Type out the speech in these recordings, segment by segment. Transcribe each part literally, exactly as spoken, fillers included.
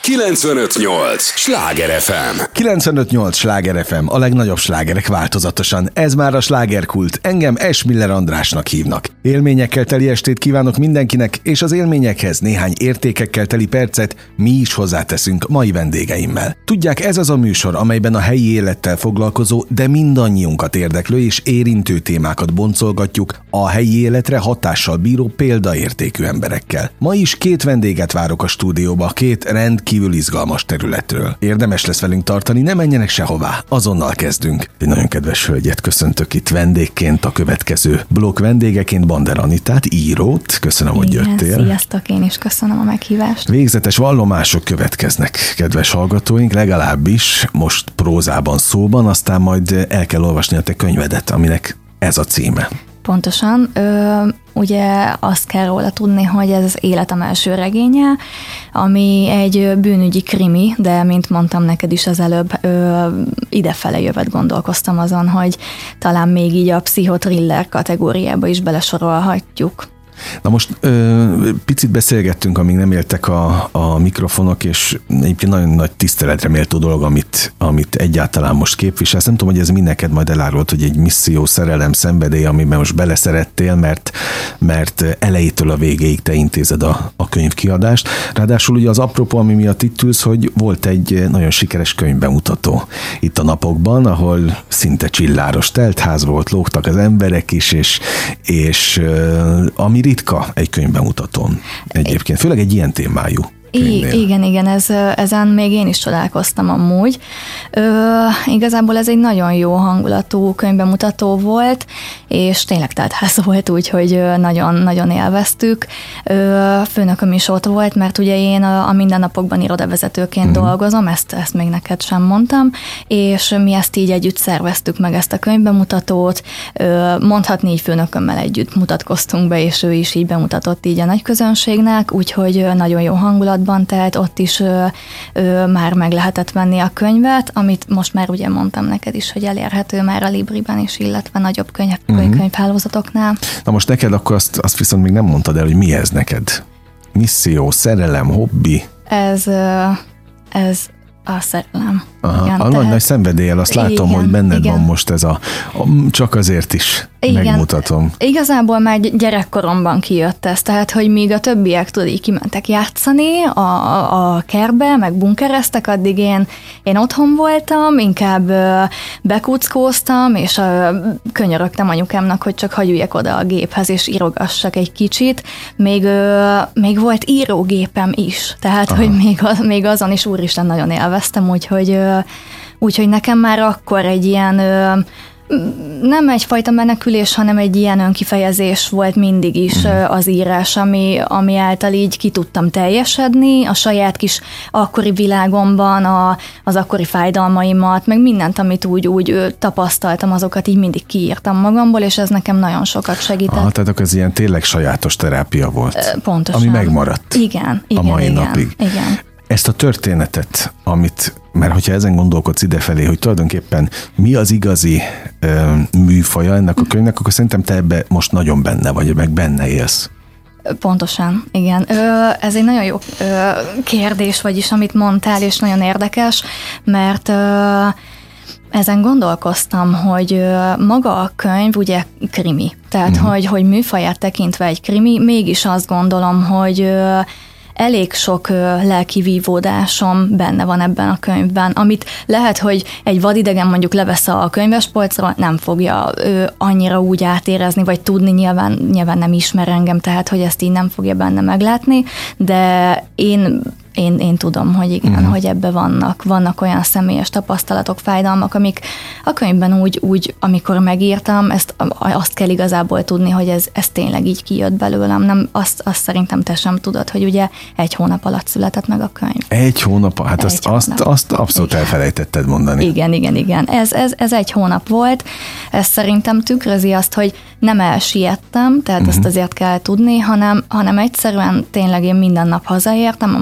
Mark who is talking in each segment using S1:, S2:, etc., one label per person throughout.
S1: kilencvenöt nyolc Sláger ef em.
S2: kilencvenöt nyolc Sláger ef em, a legnagyobb slágerek változatosan. Ez már a slágerkult. Engem Esmiller Andrásnak hívnak. Élményekkel teli estét kívánok mindenkinek, és az élményekhez néhány értékekkel teli percet mi is hozzáteszünk mai vendégeimmel. Tudják, ez az a műsor, amelyben a helyi élettel foglalkozó, de mindannyiunkat érdeklő és érintő témákat boncolgatjuk a helyi életre hatással bíró példaértékű emberekkel. Ma is két vendéget várok a stúdióba, két rendkívül izgalmas területről. Érdemes lesz velünk tartani, ne menjenek sehová, azonnal kezdünk. Egy nagyon kedves hölgyet köszöntök itt vendégként, a következő blokk vendégeként, Bander Anitát, írót. Köszönöm, hogy
S3: Igen,
S2: jöttél.
S3: Sziasztok, én is köszönöm a meghívást.
S2: Végzetes vallomások következnek, kedves hallgatóink, legalábbis most prózában, szóban, aztán majd el kell olvasni a te könyvedet, aminek ez a címe.
S3: Pontosan. Ö, ugye azt kell róla tudni, hogy ez az Életem első regénye, ami egy bűnügyi krimi, de mint mondtam neked is az előbb, ö, idefele jövet gondolkoztam azon, hogy talán még így a pszichotriller kategóriába is belesorolhatjuk.
S2: Na most ö, picit beszélgettünk, amíg nem éltek a, a mikrofonok, és egyébként nagyon nagy tiszteletre méltó dolog, amit, amit egyáltalán most képviselsz. Nem tudom, hogy ez mi neked majd elárult, hogy egy misszió, szerelem, szenvedély, amiben most beleszerettél, mert, mert elejétől a végéig te intézed a, a könyvkiadást. Ráadásul ugye az apropó, ami miatt itt ülsz, hogy volt egy nagyon sikeres könyvbemutató itt a napokban, ahol szinte csilláros teltház volt, lógtak az emberek is, és, és ami ritka egy könyvbemutatón egyébként, főleg egy ilyen témájú könyvnél.
S3: I- igen, igen, ez, ezen még én is csodálkoztam amúgy. Ö, igazából ez egy nagyon jó hangulatú könyvbemutató volt, és tényleg teltház volt, úgyhogy nagyon-nagyon élveztük. Ö, főnököm is ott volt, mert ugye én a, a mindennapokban irodavezetőként uh-huh. dolgozom, ezt, ezt még neked sem mondtam, és mi ezt így együtt szerveztük meg, ezt a könyvbemutatót. Ö, mondhatni így főnökömmel együtt mutatkoztunk be, és ő is így bemutatott így a nagy közönségnek, úgyhogy nagyon jó hangulat, tehát ott is ö, ö, már meg lehetett venni a könyvet, amit most már ugye mondtam neked is, hogy elérhető már a Libriben is, illetve nagyobb könyv, uh-huh. könyvhálózatoknál.
S2: Na most neked akkor azt, azt viszont még nem mondtad el, hogy mi ez neked? Misszió, szerelem, hobbi?
S3: Ez, ö, ez a szerelem.
S2: Aha,
S3: igen,
S2: a nagy, nagy szenvedéllyel, azt látom,
S3: igen,
S2: hogy benned
S3: igen.
S2: van most ez a, a csak azért is
S3: igen.
S2: megmutatom.
S3: Igazából már gyerekkoromban kijött ez, tehát, hogy míg a többiek tudod, így kimentek játszani a, a, a kertbe, meg bunkereztek, addig én, én otthon voltam, inkább ö, bekuckóztam, és ö, könyörögtem anyukámnak, hogy csak hagyj üljek oda a géphez, és írogassak egy kicsit. Még, ö, még volt írógépem is, tehát, Aha. hogy még, az, még azon is úristen nagyon élveztem, úgyhogy, ö, úgyhogy nekem már akkor egy ilyen ö, nem egyfajta menekülés, hanem egy ilyen önkifejezés volt mindig is uh-huh. az írás, ami, ami által így ki tudtam teljesedni, a saját kis akkori világomban, a, az akkori fájdalmaimat, meg mindent, amit úgy, úgy tapasztaltam, azokat így mindig kiírtam magamból, és ez nekem nagyon sokat segített.
S2: Ah, tehát akkor ez ilyen tényleg sajátos terápia volt.
S3: Pontosan.
S2: Ami megmaradt.
S3: Igen, igen,
S2: a mai
S3: igen,
S2: napig.
S3: Igen.
S2: Ezt a történetet, amit, mert hogyha ezen gondolkodsz idefelé, hogy tulajdonképpen mi az igazi ö, műfaja ennek a könyvnek, akkor szerintem te ebbe most nagyon benne vagy, meg benne élsz.
S3: Pontosan, igen. Ö, ez egy nagyon jó ö, kérdés, vagyis amit mondtál, és nagyon érdekes, mert ö, ezen gondolkoztam, hogy ö, maga a könyv ugye krimi, tehát uh-huh. hogy, hogy műfaját tekintve egy krimi, mégis azt gondolom, hogy ö, elég sok ö, lelki vívódásom benne van ebben a könyvben, amit lehet, hogy egy vadidegen mondjuk levesz a könyvespolcra, nem fogja ö, annyira úgy átérezni, vagy tudni, nyilván, nyilván nem ismer engem, tehát hogy ezt így nem fogja benne meglátni, de én Én, én tudom, hogy igen, uh-huh. hogy ebbe vannak, vannak olyan személyes tapasztalatok, fájdalmak, amik a könyvben úgy, úgy amikor megírtam, ezt, azt kell igazából tudni, hogy ez, ez tényleg így kijött belőlem. Nem, azt, azt szerintem te sem tudod, hogy ugye egy hónap alatt született meg a könyv.
S2: Egy hónap? Hát
S3: egy
S2: azt,
S3: hónap.
S2: azt, azt abszolút igen. elfelejtetted mondani.
S3: Igen, igen, igen. Ez, ez, ez egy hónap volt. Ez szerintem tükrözi azt, hogy nem elsiettem, tehát uh-huh. ezt azért kell tudni, hanem, hanem egyszerűen tényleg én minden nap hazaértem a munkába,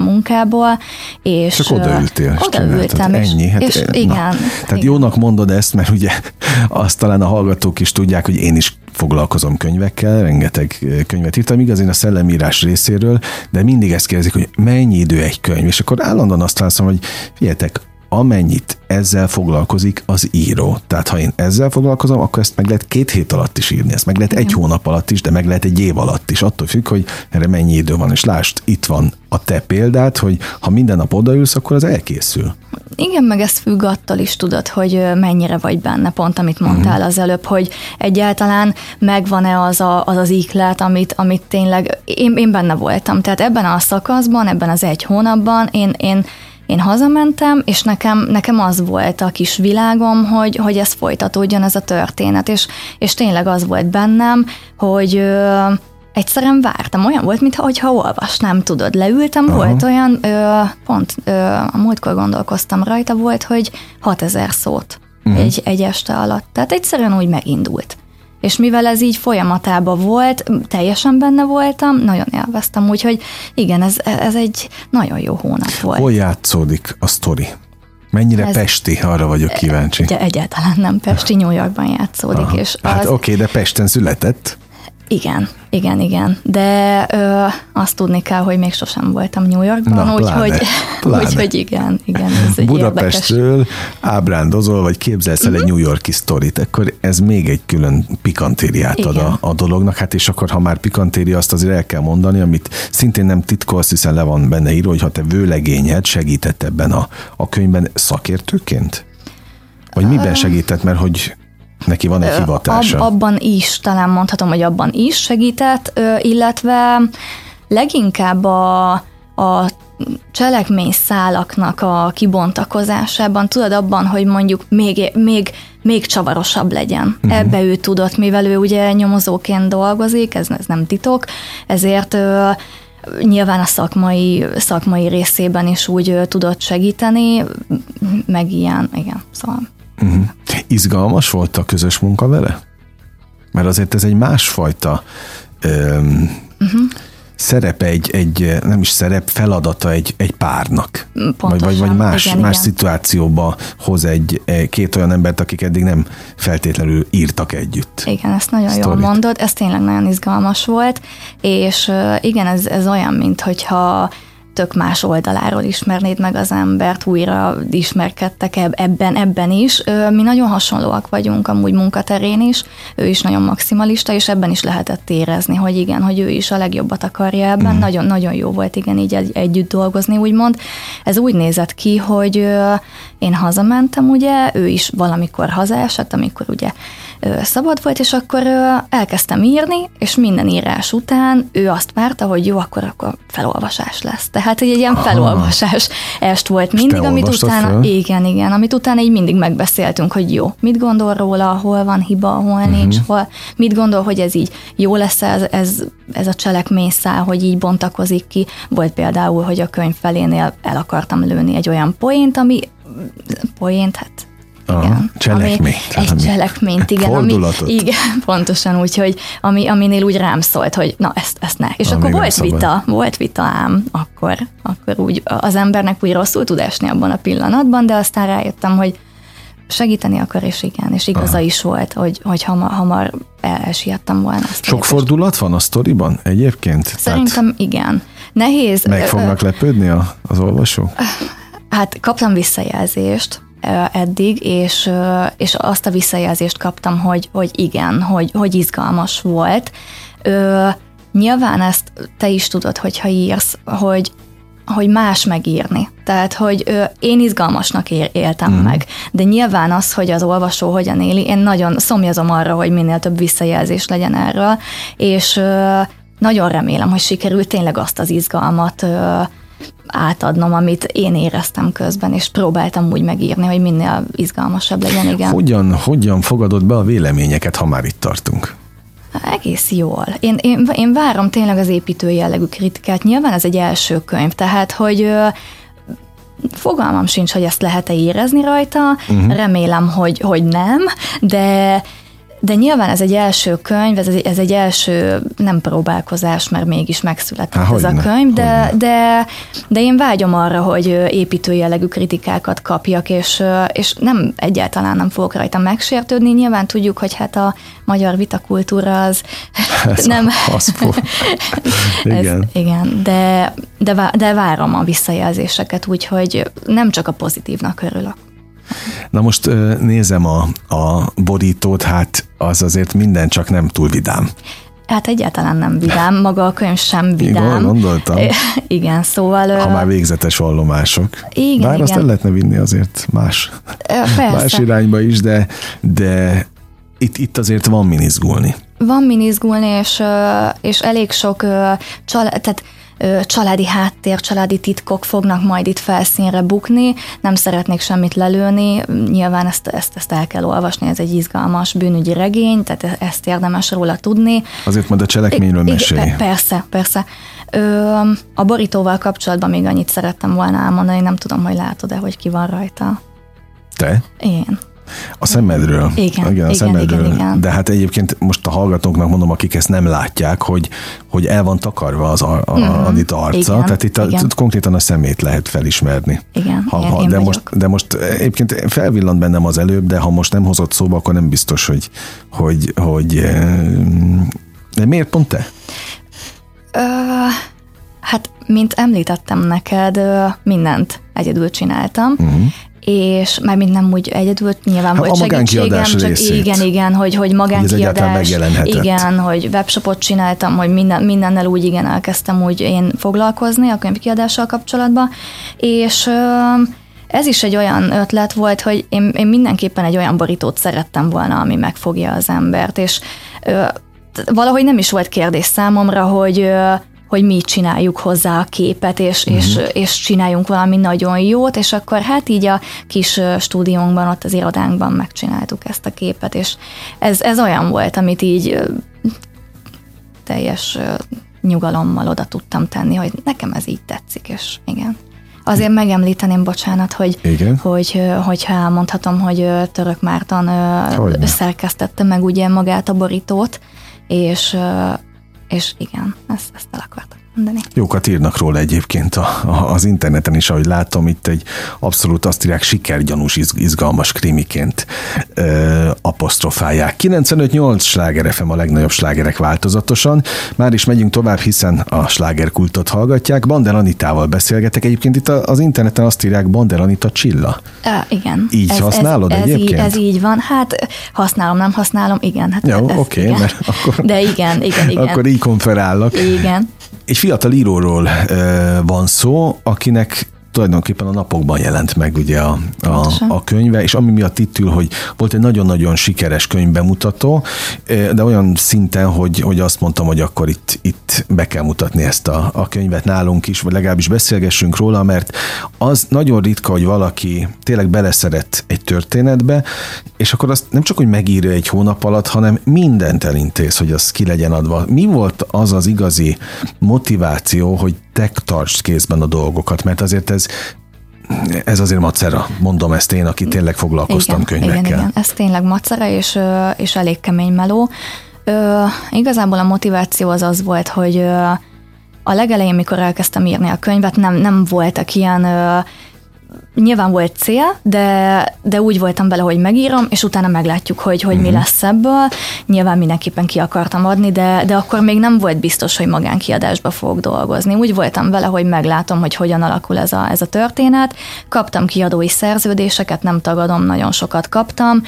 S3: igazából. És
S2: csak odaültél.
S3: Odaültem.
S2: Ennyi. Hát,
S3: és
S2: na.
S3: igen.
S2: Tehát
S3: igen.
S2: jónak mondod ezt, mert ugye azt talán a hallgatók is tudják, hogy én is foglalkozom könyvekkel, rengeteg könyvet írtam, igaz, én a szellemírás részéről, de mindig ezt kérdezik, hogy mennyi idő egy könyv, és akkor állandóan azt válaszolom, hogy figyeljetek, amennyit ezzel foglalkozik az író. Tehát ha én ezzel foglalkozom, akkor ezt meg lehet két hét alatt is írni, ezt meg lehet egy hónap alatt is, de meg lehet egy év alatt is. Attól függ, hogy erre mennyi idő van. És lásd, itt van a te példát, hogy ha minden nap odaülsz, akkor az elkészül.
S3: Igen, meg ez függ attól is tudod, hogy mennyire vagy benne, pont amit mondtál uh-huh. az előbb, hogy egyáltalán megvan-e az a, az, az íklet, amit, amit tényleg én, én benne voltam. Tehát ebben a szakaszban, ebben az egy hónapban én, én Én hazamentem, és nekem, nekem az volt a kis világom, hogy, hogy ez folytatódjon, ez a történet, és, és tényleg az volt bennem, hogy ö, egyszerűen vártam. Olyan volt, mintha olvasnám, tudod, leültem, uh-huh. volt olyan, ö, pont ö, a múltkor gondolkoztam rajta, volt, hogy hatezer szót uh-huh. egy, egy este alatt. Tehát egyszerűen úgy megindult. És mivel ez így folyamatában volt, teljesen benne voltam, nagyon élveztem, úgyhogy igen, ez, ez egy nagyon jó hónap volt.
S2: Hol játszódik a sztori? Mennyire ez pesti? Arra vagyok kíváncsi.
S3: Egy, egyáltalán nem pesti, New Yorkban játszódik.
S2: Aha.
S3: És
S2: hát
S3: az...
S2: oké, okay, de Pesten született.
S3: Igen, igen, igen. De ö, azt tudni kell, hogy még sosem voltam New Yorkban, úgyhogy úgy, igen, igen. Ez
S2: Budapestről érdekes. Ábrándozol, vagy képzelsz el uh-huh. egy New York-i sztorit, akkor ez még egy külön pikantériát ad a, a dolognak. Hát és akkor, ha már pikantéria, azt azért el kell mondani, amit szintén nem titkolsz, hiszen le van benne író, hogy ha te vőlegényed segített ebben a, a könyvben szakértőként? Vagy miben segített, mert hogy neki van egy hivatása.
S3: Ab, abban is, talán mondhatom, hogy abban is segített, illetve leginkább a, a cselekményszálaknak a kibontakozásában, tudod, abban, hogy mondjuk még, még, még csavarosabb legyen. Uh-huh. Ebbe ő tudott, mivel ő ugye nyomozóként dolgozik, ez, ez nem titok, ezért ö, nyilván a szakmai, szakmai részében is úgy ö, tudott segíteni, meg ilyen, igen, szóval.
S2: Uh-huh. Izgalmas volt a közös munka vele? Mert azért ez egy másfajta öm, uh-huh. szerepe, egy, egy, nem is szerep, feladata egy, egy párnak.
S3: Pontosan,
S2: vagy, vagy, vagy más,
S3: igen,
S2: más
S3: igen.
S2: szituációba hoz egy, két olyan embert, akik eddig nem feltétlenül írtak együtt.
S3: Igen, ezt nagyon sztorit. Jól mondod, ez tényleg nagyon izgalmas volt, és igen, ez, ez olyan, mint hogyha tök más oldaláról ismernéd meg az embert, újra ismerkedtek ebben, ebben is. Mi nagyon hasonlóak vagyunk amúgy munkaterén is, ő is nagyon maximalista, és ebben is lehetett érezni, hogy igen, hogy ő is a legjobbat akarja ebben. Mm. Nagyon, nagyon jó volt igen így egy, együtt dolgozni, úgymond. Ez úgy nézett ki, hogy én hazamentem, ugye, ő is valamikor hazaesett, amikor ugye szabad volt, és akkor elkezdtem írni, és minden írás után ő azt várta, hogy jó, akkor, akkor felolvasás lesz. Tehát egy ilyen felolvasás est volt mindig, amit utána, fel? igen, igen, amit utána így mindig megbeszéltünk, hogy jó, mit gondol róla, hol van hiba, hol uh-huh. nincs, hol, mit gondol, hogy ez így jó lesz ez, ez, ez a cselekményszál, hogy így bontakozik ki. Volt például, hogy a könyv felénél el akartam lőni egy olyan poént, ami poént, hát igen,
S2: cselekményt.
S3: Egy ami cselekményt, igen.
S2: Fordulatot.
S3: Ami, igen, pontosan úgy, hogy ami, aminél úgy rám szólt, hogy na, ezt, ezt ne. És ah, akkor volt vita, volt vita ám, akkor, akkor úgy az embernek úgy rosszul tud esni abban a pillanatban, de aztán rájöttem, hogy segíteni akar, és igen, és igaza Aha. is volt, hogy, hogy hamar, hamar elsiettem volna.
S2: Sok fordulat van a sztoriban egyébként?
S3: Szerintem Tehát igen. Nehéz.
S2: Meg fognak lepődni a, az olvasók?
S3: Hát kaptam visszajelzést eddig, és, és azt a visszajelzést kaptam, hogy, hogy igen, hogy, hogy izgalmas volt. Ö, nyilván ezt te is tudod, hogyha írsz, hogy, hogy más megírni. Tehát, hogy ö, én izgalmasnak ér, éltem mm. meg, de nyilván az, hogy az olvasó hogyan éli, én nagyon szomjazom arra, hogy minél több visszajelzés legyen erről, és ö, nagyon remélem, hogy sikerült tényleg azt az izgalmat ö, átadnom, amit én éreztem közben, és próbáltam úgy megírni, hogy minél izgalmasabb legyen, igen.
S2: Hogyan, hogyan fogadod be a véleményeket, ha már itt tartunk?
S3: Egész jól. Én, én, én várom tényleg az építő jellegű kritikát. Nyilván ez egy első könyv, tehát, hogy ö, fogalmam sincs, hogy ezt lehet-e érezni rajta, uh-huh. remélem, hogy, hogy nem, de De nyilván ez egy első könyv, ez egy, ez egy első nem próbálkozás, mert mégis megszületett Há, ez a könyv, de, de, de én vágyom arra, hogy építő jellegű kritikákat kapjak, és, és nem egyáltalán nem fogok rajta megsértődni. Nyilván tudjuk, hogy hát a magyar vitakultúra az ez nem... Az igen. Ez, igen, de, de, de várom a visszajelzéseket, úgyhogy nem csak a pozitívnak örülök.
S2: Na most nézem a, a borítót, hát az azért minden csak nem túl vidám.
S3: Hát egyáltalán nem vidám, maga a könyv sem vidám.
S2: Gondoltam.
S3: Igen, szóval...
S2: Ha már végzetes vallomások.
S3: Igen,
S2: Bár
S3: igen.
S2: azt el lehetne vinni azért más, más irányba is, de, de itt, itt azért van min izgulni.
S3: Van min izgulni, és, és elég sok család, tehát családi háttér, családi titkok fognak majd itt felszínre bukni, nem szeretnék semmit lelőni, nyilván ezt, ezt, ezt el kell olvasni, ez egy izgalmas bűnügyi regény, tehát ezt érdemes róla tudni.
S2: Azért majd a cselekményről mesélj.
S3: Persze, persze. Ö, a borítóval kapcsolatban még annyit szerettem volna elmondani, nem tudom, hogy látod-e, hogy ki van rajta.
S2: Te?
S3: Én.
S2: A szemedről.
S3: Igen,
S2: igen, a
S3: igen,
S2: szemedről.
S3: igen, igen.
S2: De hát egyébként most a hallgatóknak mondom, akik ezt nem látják, hogy, hogy el van takarva az a, a, mm-hmm. Anita arca, igen, tehát itt a, konkrétan a szemét lehet felismerni.
S3: Igen,
S2: ha,
S3: igen
S2: ha,
S3: én
S2: de,
S3: vagyok.
S2: most, de most egyébként felvillant bennem az előbb, de ha most nem hozott szóba, akkor nem biztos, hogy, hogy, hogy de miért pont te?
S3: Ö, hát, mint említettem neked, mindent egyedül csináltam, uh-huh. és már mind nem úgy egyedül, nyilván
S2: hát
S3: volt segítségem, csak
S2: részét.
S3: igen, igen, hogy, hogy magánkiadás, igen, hogy webshopot csináltam, hogy minden, mindennel úgy igen elkezdtem úgy én foglalkozni a könyvkiadással kapcsolatban, és ez is egy olyan ötlet volt, hogy én, én mindenképpen egy olyan borítót szerettem volna, ami megfogja az embert, és valahogy nem is volt kérdés számomra, hogy hogy mi csináljuk hozzá a képet, és, uh-huh. és, és csináljunk valami nagyon jót, és akkor hát így a kis stúdiónkban, ott az irodánkban megcsináltuk ezt a képet, és ez, ez olyan volt, amit így teljes nyugalommal oda tudtam tenni, hogy nekem ez így tetszik, és igen. Azért megemlíteném, bocsánat, hogy, hogy hogyha elmondhatom, hogy Török Márton Hogyne. szerkesztette meg ugye magát a borítót, és És igen, ezt, ezt el akartam mondani.
S2: Jókat írnak róla egyébként a, a, az interneten is, ahogy látom, itt egy abszolút azt írják, sikergyanús, izgalmas krimiként ö, apostrofálják. kilencvenöt nyolc Sláger ef em, a legnagyobb slágerek változatosan. Már is megyünk tovább, hiszen a slágerkultot hallgatják. Bander Anitával beszélgetek. Egyébként itt az interneten azt írják, Bander Anita Csilla.
S3: Uh, igen.
S2: Így ez, használod
S3: ez,
S2: egyébként?
S3: Ez, ez így van. Hát használom, nem használom, igen. Hát
S2: jó, oké, okay, mert akkor...
S3: De igen, igen, igen.
S2: Akkor így konferálok.
S3: Igen.
S2: Egy fiatal íróról e, van szó, akinek tulajdonképpen a napokban jelent meg ugye a, a, a könyve, és ami miatt itt ül, hogy volt egy nagyon-nagyon sikeres könyvbemutató, de olyan szinten, hogy, hogy azt mondtam, hogy akkor itt, itt be kell mutatni ezt a, a könyvet nálunk is, vagy legalábbis beszélgessünk róla, mert az nagyon ritka, hogy valaki tényleg beleszeret egy történetbe, és akkor azt nem csak, hogy megírja egy hónap alatt, hanem mindent elintéz, hogy az ki legyen adva. Mi volt az az igazi motiváció, hogy te tartsd kézben a dolgokat, mert azért ez, ez azért macera, mondom ezt én, aki tényleg foglalkoztam igen, könyvekkel.
S3: Igen, igen, ez tényleg macera, és, és elég kemény meló. Ö, igazából a motiváció az az volt, hogy a legelején, mikor elkezdtem írni a könyvet, nem, nem voltak ilyen... Nyilván volt cél, de, de úgy voltam vele, hogy megírom, és utána meglátjuk, hogy, hogy uh-huh. mi lesz ebből. Nyilván mindenképpen ki akartam adni, de, de akkor még nem volt biztos, hogy magánkiadásba fogok dolgozni. Úgy voltam vele, hogy meglátom, hogy hogyan alakul ez a, ez a történet. Kaptam kiadói szerződéseket, nem tagadom, nagyon sokat kaptam.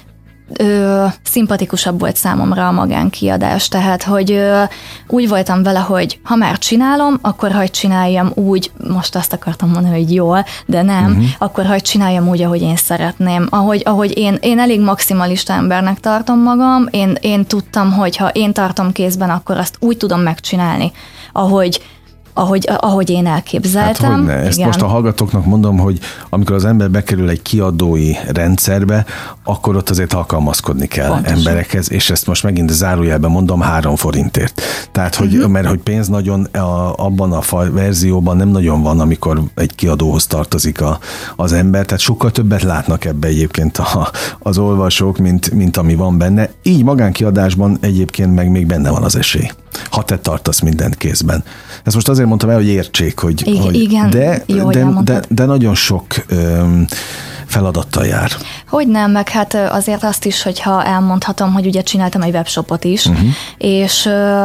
S3: Ö, szimpatikusabb volt számomra a magánkiadás, tehát hogy ö, úgy voltam vele, hogy ha már csinálom, akkor hagy csináljam úgy, most azt akartam mondani, hogy jól, de nem, uh-huh. akkor hagy csináljam úgy, ahogy én szeretném. Ahogy, ahogy én, én elég maximalista embernek tartom magam, én, én tudtam, hogy ha én tartom kézben, akkor azt úgy tudom megcsinálni, ahogy ahogy, ahogy én elképzeltem.
S2: Hát hogyne. Ezt
S3: igen.
S2: most a hallgatóknak mondom, hogy amikor az ember bekerül egy kiadói rendszerbe, akkor ott azért alkalmazkodni kell Pontosan. emberekhez, és ezt most megint zárójelben mondom, három forintért. Tehát, hogy, uh-huh. mert hogy pénz nagyon a, abban a verzióban nem nagyon van, amikor egy kiadóhoz tartozik a, az ember, tehát sokkal többet látnak ebbe egyébként a, az olvasók, mint, mint ami van benne. Így magánkiadásban egyébként meg még benne van az esély, ha te tartasz mindent kézben. Ezt most azért mondtam el, hogy értsék, hogy,
S3: igen,
S2: hogy
S3: igen,
S2: de,
S3: jó,
S2: de, de, de nagyon sok öm, feladattal jár.
S3: Hogy nem, meg hát azért azt is, hogyha elmondhatom, hogy ugye csináltam egy webshopot is, uh-huh. és,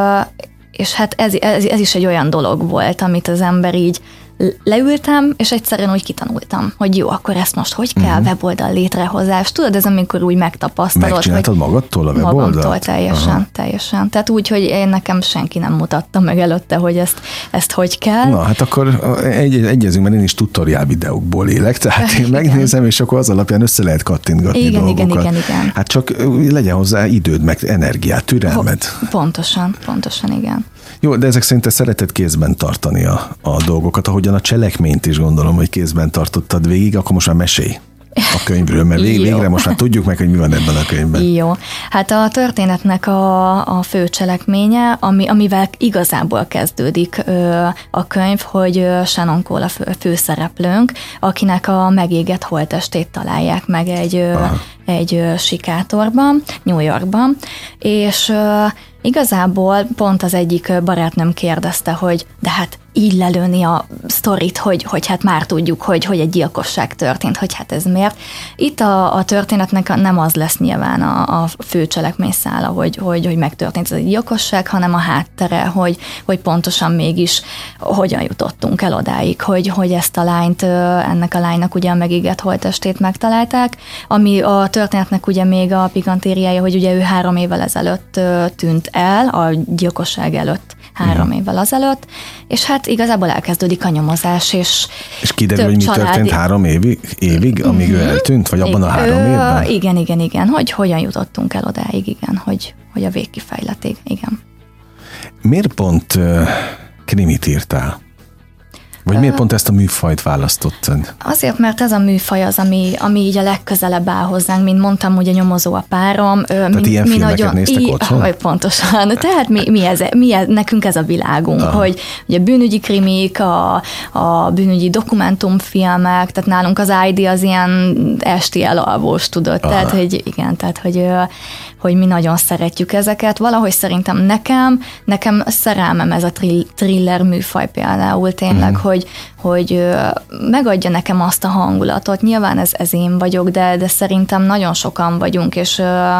S3: és hát ez, ez, ez is egy olyan dolog volt, amit az ember így leültem, és egyszerűen úgy kitanultam, hogy jó, akkor ezt most hogy kell, uh-huh. weboldal létrehozás. Tudod, ez amikor úgy megtapasztalod.
S2: Megcsináltad hogy magadtól a weboldalt?
S3: Magamtól, teljesen, Aha. teljesen. Tehát úgy, hogy én nekem senki nem mutatta meg előtte, hogy ezt, ezt hogy kell.
S2: Na, hát akkor egy, egyezünk, mert én is tutoriál videókból élek, tehát én megnézem, és akkor az alapján össze lehet kattintgatni
S3: igen,
S2: dolgokat.
S3: Igen, igen, igen.
S2: Hát csak legyen hozzá időd, meg energiát, türelmed.
S3: Pontosan, pontosan, igen.
S2: Jó, de ezek szerint te szereted kézben tartani a, a dolgokat, ahogyan a cselekményt is gondolom, hogy kézben tartottad végig, akkor most már mesélj a könyvről, mert vég, végre most már tudjuk meg, hogy mi van ebben a könyvben.
S3: Jó. Hát a történetnek a, a fő cselekménye, ami, amivel igazából kezdődik ö, a könyv, hogy Shannon Cole a fő, főszereplőnk, akinek a megégett holttestét találják meg egy, ö, egy ö, sikátorban, New Yorkban, és ö, igazából pont az egyik barátnőm kérdezte, hogy de hát így lelőni a sztorit, hogy, hogy hát már tudjuk, hogy, hogy egy gyilkosság történt, hogy hát ez miért. Itt a, a történetnek nem az lesz nyilván a, a fő cselekményszála, hogy, hogy, hogy megtörtént ez egy gyilkosság, hanem a háttere, hogy, hogy pontosan mégis hogyan jutottunk el odáig, hogy, hogy ezt a lányt, ennek a lánynak ugye a megégett holttestét megtalálták, ami a történetnek ugye még a pikantériája, hogy ugye ő három évvel ezelőtt tűnt el, a gyilkosság előtt három hmm. évvel azelőtt, és hát igazából elkezdődik a nyomozás, és
S2: És kiderül, hogy mi családi... történt három évig, évig amíg mm-hmm. ő eltűnt, vagy abban igen. a három évben?
S3: Igen, igen, igen, hogy hogyan jutottunk el odáig, igen, hogy, hogy a végkifejletig, igen.
S2: Miért pont uh, krimit írtál? Vagy miért pont ezt a műfajt választottad?
S3: Azért, mert ez a műfaj az, ami, ami így a legközelebb áll hozzánk, mint mondtam, ugye nyomozó a párom.
S2: Tehát mi, ilyen
S3: mi
S2: filmeket nagyon, néztek í- otthon?
S3: Pontosan. Tehát mi, mi, ez, mi ez, nekünk ez a világunk, Aha. hogy ugye bűnügyi krimik, a, a bűnügyi dokumentumfilmek, tehát nálunk az I D az ilyen esti elalvós, tudod. Aha. Tehát, hogy igen, tehát, hogy, hogy mi nagyon szeretjük ezeket. Valahogy szerintem nekem, nekem szerelmem ez a thriller műfaj például tényleg, hmm. hogy Hogy, hogy megadja nekem azt a hangulatot. Nyilván ez, ez én vagyok, de, de szerintem nagyon sokan vagyunk, és,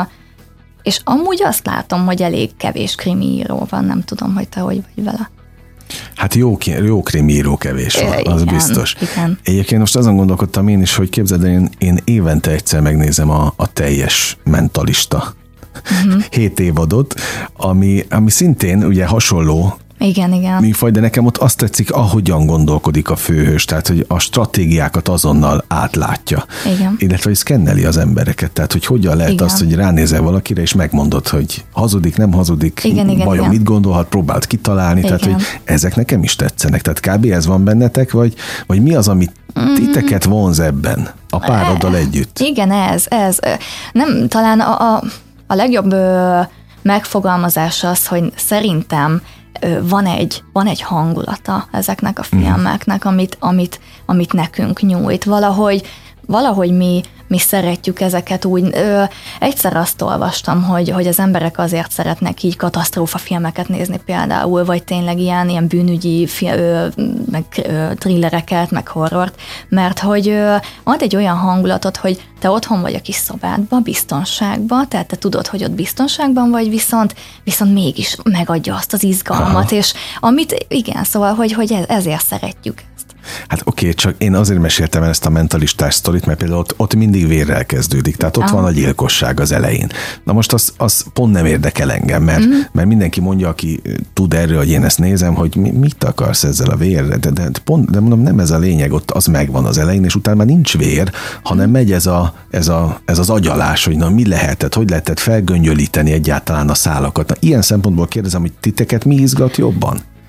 S3: és amúgy azt látom, hogy elég kevés krimiíró van, nem tudom, hogy te hogy vagy vele.
S2: Hát jó, jó krimiíró kevés van,
S3: igen,
S2: az biztos.
S3: Igen.
S2: Egyébként most azon gondolkodtam én is, hogy képzeld, én, én évente egyszer megnézem a, a teljes mentalista uh-huh. hét évadot, ami, ami szintén ugye hasonló
S3: Igen, igen.
S2: műfaj, de nekem ott azt tetszik, ahogyan gondolkodik a főhős, tehát, hogy a stratégiákat azonnal átlátja.
S3: Igen.
S2: Illetve, hogy szkenneli az embereket, tehát, hogy hogyan lehet igen. azt, hogy ránézel valakire, és megmondod, hogy hazudik, nem hazudik,
S3: igen, igen,
S2: vajon
S3: igen.
S2: mit gondolhat, próbált kitalálni, igen. tehát, hogy ezek nekem is tetszenek. Tehát kb. Ez van bennetek, vagy, vagy mi az, amit titeket vonz ebben a pároddal együtt?
S3: Igen, ez, ez. Nem, talán a, a, a legjobb ö, megfogalmazása az, hogy szerintem van egy, van egy hangulata ezeknek a filmeknek, amit, amit, amit nekünk nyújt. Valahogy, valahogy mi, mi szeretjük ezeket úgy. Ö, egyszer azt olvastam, hogy, hogy az emberek azért szeretnek így katasztrófa filmeket nézni például, vagy tényleg ilyen, ilyen bűnügyi fi- ö, meg ö, thrillereket, meg horrort, mert hogy ö, ad egy olyan hangulatot, hogy te otthon vagy a kis szobádban, biztonságban, tehát te tudod, hogy ott biztonságban vagy, viszont, viszont mégis megadja azt az izgalmat, Aha. és amit, igen, szóval, hogy, hogy ezért szeretjük ezt.
S2: Hát oké, okay, csak én azért meséltem el ezt a mentalistás sztorit, mert például ott, ott mindig vérrel kezdődik, tehát ott ah. van a gyilkosság az elején. Na most az, az pont nem érdekel engem, mert, mm. mert mindenki mondja, aki tud erről, hogy én ezt nézem, hogy mi, mit akarsz ezzel a vérre, de, de, pont, de mondom, nem ez a lényeg, ott az megvan az elején, és utána már nincs vér, hanem megy ez, a, ez, a, ez az agyalás, hogy na mi lehetett, hogy lehetett felgöngyölíteni egyáltalán a szálakat. Na, ilyen szempontból kérdezem, hogy titeket mi izgat jobban?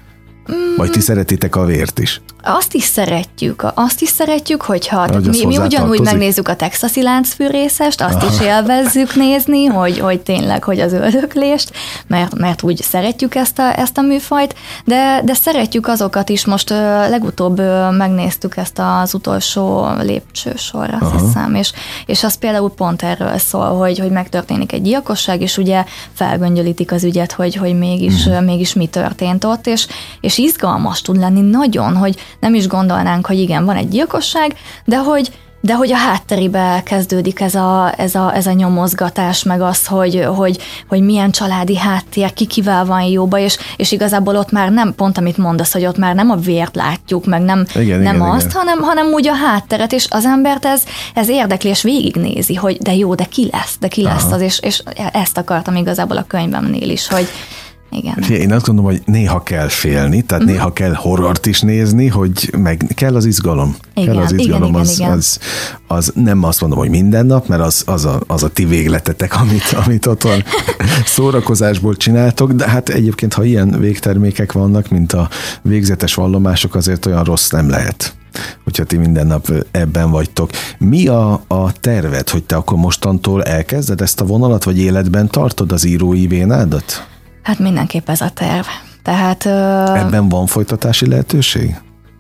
S2: Vagy ti szeretitek a vért is?
S3: Azt is szeretjük, azt is szeretjük, hogyha
S2: Hogy
S3: mi, mi ugyanúgy megnézzük a texasi láncfűrészest, azt Aha. is élvezzük nézni, hogy, hogy tényleg, hogy az öldöklést, mert, mert úgy szeretjük ezt a, ezt a műfajt, de, de szeretjük azokat is, most uh, legutóbb uh, megnéztük ezt az utolsó lépcsősor, azt Aha. hiszem, és, és az például pont erről szól, hogy, hogy megtörténik egy gyilkosság, és ugye felgöngyölítik az ügyet, hogy, hogy mégis, uh-huh. mégis mi történt ott, és, és izgalmas tud lenni nagyon, hogy nem is gondolnánk, hogy igen, van egy gyilkosság, de hogy, de hogy a hátterébe kezdődik ez a, ez a, ez a nyomozgatás, meg az, hogy, hogy, hogy milyen családi háttér, ki kivel van jóba, és, és igazából ott már nem, pont amit mondasz, hogy ott már nem a vért látjuk, meg nem,
S2: igen,
S3: nem
S2: igen,
S3: azt,
S2: igen.
S3: Hanem, hanem úgy a hátteret, és az embert ez, ez érdekli, és végignézi, hogy de jó, de ki lesz, de ki lesz Aha. az, és, és ezt akartam igazából a könyvemnél is, hogy igen.
S2: Én azt gondolom, hogy néha kell félni, tehát mm. néha kell horrort is nézni, hogy meg kell az izgalom.
S3: Igen,
S2: kell az izgalom,
S3: igen,
S2: az,
S3: igen,
S2: az, az nem azt mondom, hogy minden nap, mert az, az, a, az a ti végletetek, amit, amit otthon szórakozásból csináltok, de hát egyébként, ha ilyen végtermékek vannak, mint a végzetes vallomások, azért olyan rossz nem lehet, hogyha ti minden nap ebben vagytok. Mi a, a terved, hogy te akkor mostantól elkezded ezt a vonalat, vagy életben tartod az írói vénádat?
S3: Hát mindenképp ez a terv. Tehát,
S2: ebben van folytatási lehetőség?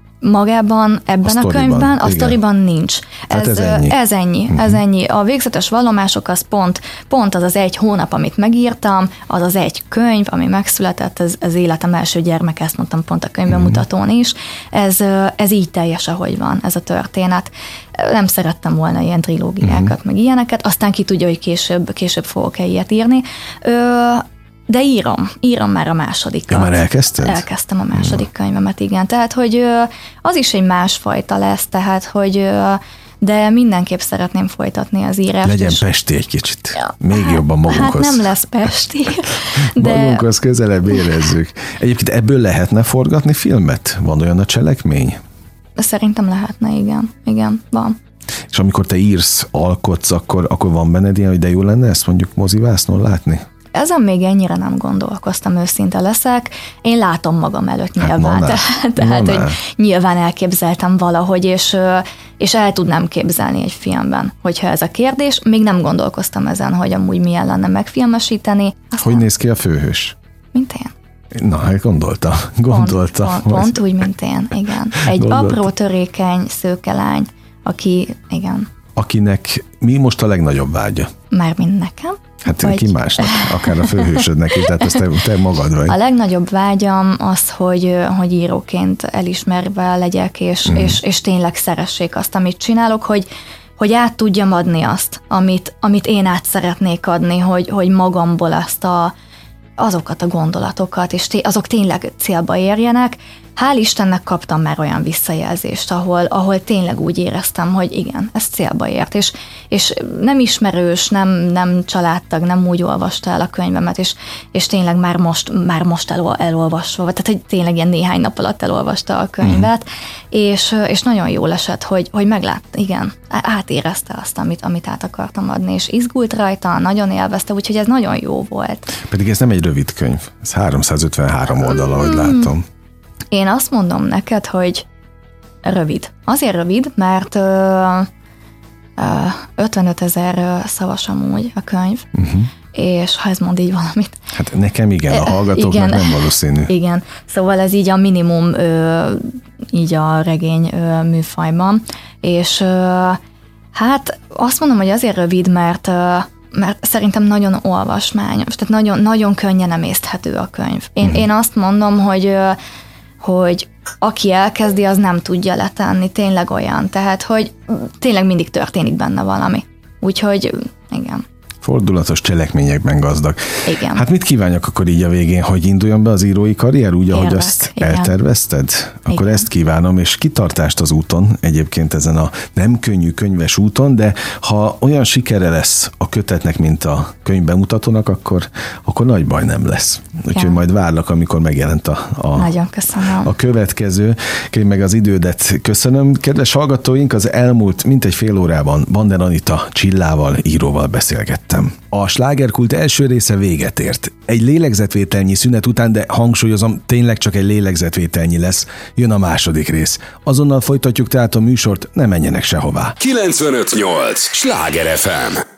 S3: Magában, ebben a, a könyvben, a sztoriban nincs.
S2: Hát
S3: ez,
S2: ez ennyi.
S3: Ez ennyi, uh-huh. ez ennyi. A végzetes vallomások az pont, pont az az egy hónap, amit megírtam, az az egy könyv, ami megszületett, ez, ez életem első gyermek, ezt mondtam pont a könyvbemutatón is. Ez, ez így teljes, ahogy van, ez a történet. Nem szerettem volna ilyen trilógiákat, uh-huh. meg ilyeneket, aztán ki tudja, hogy később, később fogok-e ilyet írni. Ö, De írom, írom már a másodikat.
S2: Ja, már elkezdted?
S3: Elkezdtem a második könyvemet, igen. Tehát, hogy az is egy másfajta lesz, tehát, hogy de mindenképp szeretném folytatni az írást.
S2: Legyen
S3: és...
S2: pesti egy kicsit.
S3: Ja,
S2: Még
S3: hát,
S2: jobban magunkhoz.
S3: Hát nem lesz pesti. De...
S2: Magunkhoz közelebb érezzük. Egyébként ebből lehetne forgatni filmet? Van olyan a cselekmény?
S3: Szerintem lehetne, igen. Igen, van.
S2: És amikor te írsz, alkotsz, akkor, akkor van benned ilyen, hogy de jó lenne ezt mondjuk mozivásznon látni?
S3: Ezen még ennyire nem gondolkoztam, őszinte leszek. Én látom magam előtt nyilván. Hát tehát, tehát hogy nyilván elképzeltem valahogy, és, és el tudnám képzelni egy filmben, hogyha ez a kérdés. Még nem gondolkoztam ezen, hogy amúgy milyen lenne megfilmesíteni. Aztán...
S2: Hogy néz ki a főhős?
S3: Mint én.
S2: Na, hát gondolta. Gondolta.
S3: Pont, pont, pont úgy, mint én, igen. Egy gondolta. Apró, törékeny, szőke lány, aki, igen.
S2: Akinek mi most a legnagyobb vágya?
S3: Mármint nekem.
S2: Hát vagy... ki másnak, akár a főhősödnek is, tehát ezt te, te magad vagy.
S3: A legnagyobb vágyam az, hogy, hogy íróként elismerve legyek, és, mm. és, és tényleg szeressék azt, amit csinálok, hogy, hogy át tudjam adni azt, amit, amit én át szeretnék adni, hogy, hogy magamból azt a, azokat a gondolatokat, és té- azok tényleg célba érjenek. Hál' Istennek kaptam már olyan visszajelzést, ahol, ahol tényleg úgy éreztem, hogy igen, ez célba ért, és, és nem ismerős, nem, nem családtag, nem úgy olvasta el a könyvemet, és, és tényleg már most, már most elol, elolvasva, tehát hogy tényleg ilyen néhány nap alatt elolvasta a könyvet, mm. és, és nagyon jól esett, hogy, hogy meglát, igen, átérezte azt, amit, amit át akartam adni, és izgult rajta, nagyon élvezte, úgyhogy ez nagyon jó volt.
S2: Pedig ez nem egy rövid könyv, ez háromszázötvenhárom oldal, ahogy látom.
S3: Én azt mondom neked, hogy rövid. Azért rövid, mert ö, ö, ötvenöt ezer szavas amúgy a könyv, uh-huh. és ha ez mond így valamit.
S2: Hát nekem igen, a hallgatóknak igen, nem valószínű.
S3: Igen, szóval ez így a minimum ö, így a regény ö, műfajban, és ö, hát azt mondom, hogy azért rövid, mert ö, mert szerintem nagyon olvasmányos, tehát nagyon, nagyon könnyen emészthető a könyv. Én, uh-huh. én azt mondom, hogy ö, hogy aki elkezdi, az nem tudja letenni, tényleg olyan. Tehát, hogy tényleg mindig történik benne valami. Úgyhogy, igen.
S2: Fordulatos cselekményekben gazdag.
S3: Igen.
S2: Hát mit kívánjak akkor így a végén, hogy induljon be az írói karrier úgy, ahogy Érlek, azt igen. eltervezted? Akkor igen. ezt kívánom, és kitartást az úton, egyébként ezen a nem könnyű könyves úton, de ha olyan sikere lesz a kötetnek, mint a könyvbemutatónak, akkor, akkor nagy baj nem lesz. Úgyhogy
S3: ja.
S2: majd várlak, amikor megjelent a, a,
S3: Nagyon köszönöm.
S2: a következő. Kérj meg az idődet. Köszönöm. Kedves hallgatóink, az elmúlt mintegy fél órában Bander Anita Csillával, íróval beszélgettem. A Slágerkult első része véget ért. Egy lélegzetvételnyi szünet után, de hangsúlyozom, tényleg csak egy lélegzetvételnyi lesz, jön a második rész. Azonnal folytatjuk tehát a műsort, ne menjenek sehová.
S1: kilencvenöt nyolc Sláger ef em